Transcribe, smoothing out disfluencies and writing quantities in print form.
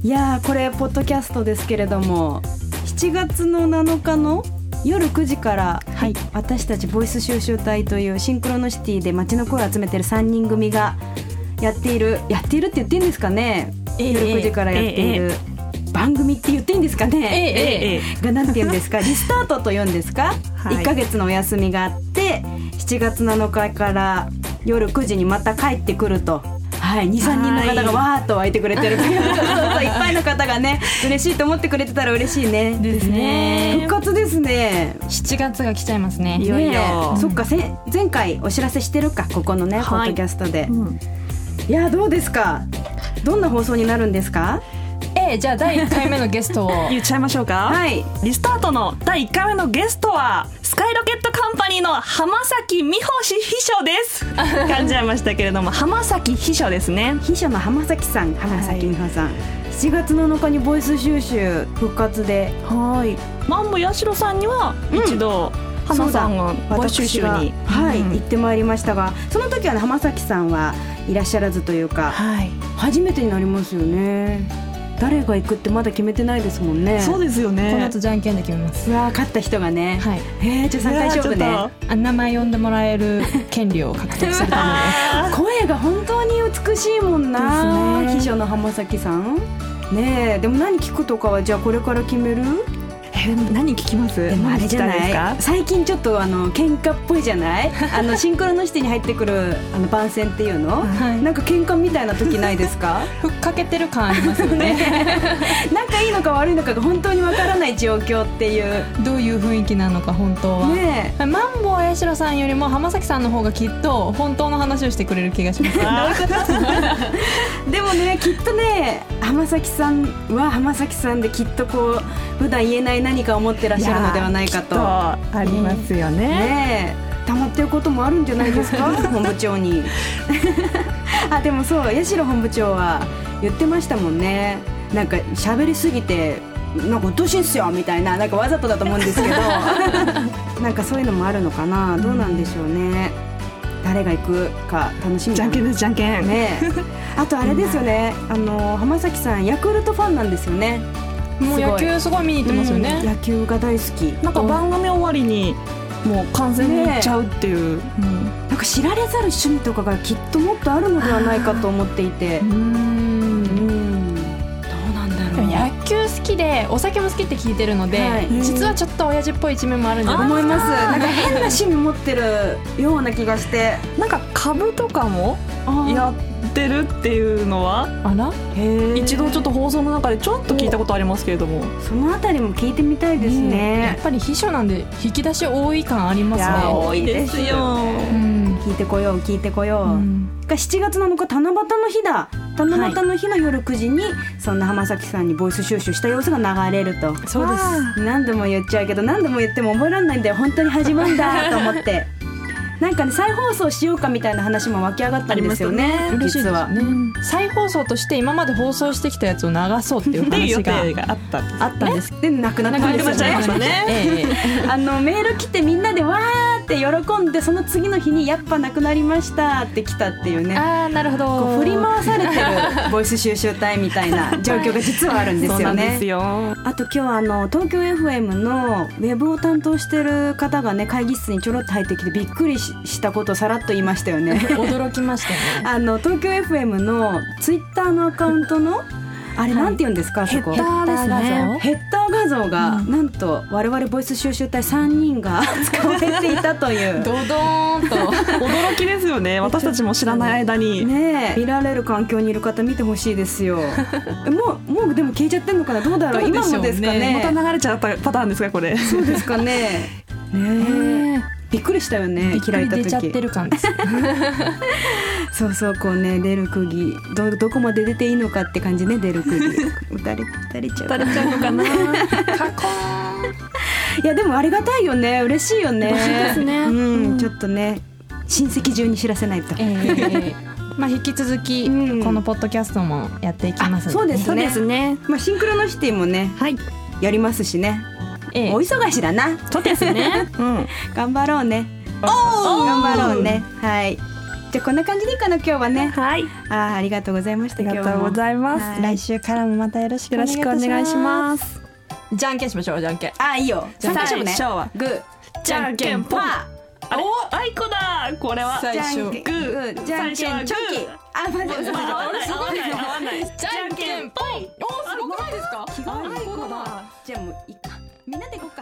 いやーこれポッドキャストですけれども、7月の7日の夜9時から、はい、私たちボイス収集隊というシンクロノシティで街の声を集めてる3人組がやっているって言っていいんですかね、夜9時からやっている、番組って言っていいんですかね、がなんて言うんですか、リスタートと言うんですか、はい、1ヶ月のお休みがあって7月7日から夜9時にまた帰ってくると、はい、2、3人の方がわーっと湧いてくれてるそういっぱいの方がね嬉しいと思ってくれてたら嬉しいね。 ですね。 復活ですね。 7月が来ちゃいますね。 いよいよ、そっか、前回お知らせしてるか、ここのね、ポッドキャストで、いやどうですか、どんな放送になるんですか。 じゃあ第1回目のゲストを言っちゃいましょうか。はい、リスタートの第1回目のゲストはスカイロケットカンパニーの浜崎美穂秘書です噛んじゃいましたけれども浜崎秘書ですね。 秘書の浜崎さん、浜崎美穂さん、7月7日にボイス収集復活で、はい、 マンボヤシロさんには一度、浜さんがボイス収集に、 はい、行ってまいりましたが、その時は、ね、浜崎さんはいらっしゃらずというか、はい、初めてになりますよね。誰が行くってまだ決めてないですもんね。 そうですよね。 この後じゃんけんで決めます。 うわ、勝った人がね、はい、じゃあ3回勝負ね。 名前呼んでもらえる権利を獲得するために声が本当に美しいもんな、秘書の浜崎さんね。でも何聞くとかはじゃあこれから決める？ 何聞きます？ でもあれじゃない、最近ちょっと喧嘩っぽいじゃないシンクロノシティに入ってくる番宣っていうの、はい、なんか喧嘩みたいな時ないですか？ ふっかけてる感ありますよね仲いいのか悪いのかが本当にわからない状況っていう、 どういう雰囲気なのか本当は、ね、マンボウヤシロさんよりも浜崎さんの方がきっと本当の話をしてくれる気がしますでもね、きっとね、浜崎さんは浜崎さんできっとこう普段言えない何か思ってらっしゃるのではないかと。 ありますよね。 溜まってることもあるんじゃないですか本部長にでもそう、八代本部長は言ってましたもんね。なんか喋りすぎてなんかうっとうしいんすよみたいな、なんかわざとだと思うんですけどなんかそういうのもあるのかな、どうなんでしょうね。誰が行くか楽しみ。 じゃんけんです、じゃんけんね。あとあれですよね、浜崎さんヤクルトファンなんですよね。 もう野球すごい見に行ってますよね、 野球が大好き。 なんか番組終わりにもう完全に行っちゃうっていう、 なんか知られざる趣味とかがきっともっとあるのではないかと思っていて、どうなんだろう。 野球好きでお酒も好きって聞いてるので、はい、実はちょっと親父っぽい一面もあるんじゃないですか。 思います。なんか変な趣味持ってるような気がして、 なんか株とかもやってるっていうのは一度ちょっと放送の中でちょっと聞いたことありますけれども、 そのあたりも聞いてみたいですね。 やっぱり秘書なんで引き出し多い感ありますね。 多いですよ、 聞いてこよう聞いてこよう、7月7日七夕の日だ。七夕の日の夜9時にそんな浜崎さんにボイス収集した様子が流れると。 そうです。 何度も言っちゃうけど、何度も言っても覚えられないんだよ、本当に始まるんだと思ってなんかね、再放送しようかみたいな話も湧き上がったんですよね。 嬉しいですね。再放送として今まで放送してきたやつを流そうっていう話があったんです。でなくなったんですよね。メール来てみんなでわーって喜んで、その次の日にやっぱなくなりましたって来たっていうね。 なるほど。 こう振り回されてるボイス収集隊みたいな状況が実はあるんですよね。 そうなんですよ。 あと今日東京 FM のウェブを担当してる方がね、会議室にちょろっと入ってきてびっくりしたことをさらっと言いましたよね驚きましたね。 東京 FM のツイッターのアカウントのあれなんて言うんですか、そこヘッダーですね。 ヘッダー画像が、なんと我々ボイス収集隊3人が使われていたというドドーンと驚きですよね。私たちも知らない間にね、見られる環境にいる方見てほしいですよもうでも消えちゃってんのかな、どうだろう、今もですかね。 また流れちゃったパターンですかこれ。 そうですかねびっくりしたよね、開いた時出ちゃってる感ですそうそう、こうね、出る釘 どこまで出ていいのかって感じね、出る釘打たれちゃうのかなカコーン。 いやでもありがたいよね、嬉しいよね。 嬉しいですね、 ちょっとね親戚中に知らせないと、 引き続き、このポッドキャストもやっていきますので、 そうですね、シンクロノシティもね、やりますしね、お忙しだな。 そうですね、 頑張ろうね。頑張ろうね。はい。 じゃあこんな感じでいいかな今日はね。 はいありがとうございました。 ありがとうございます。来週からもまたよろしくお願いします。 じゃんけんしましょう。じゃんけん。 いいよ。 最初はグーじゃんけんぽん。あいこだ。これは最初グーじゃんけんチョキ。待ってすごい。 じゃんけんぽん。 すごくないですか？ じゃあもういいか。みんなで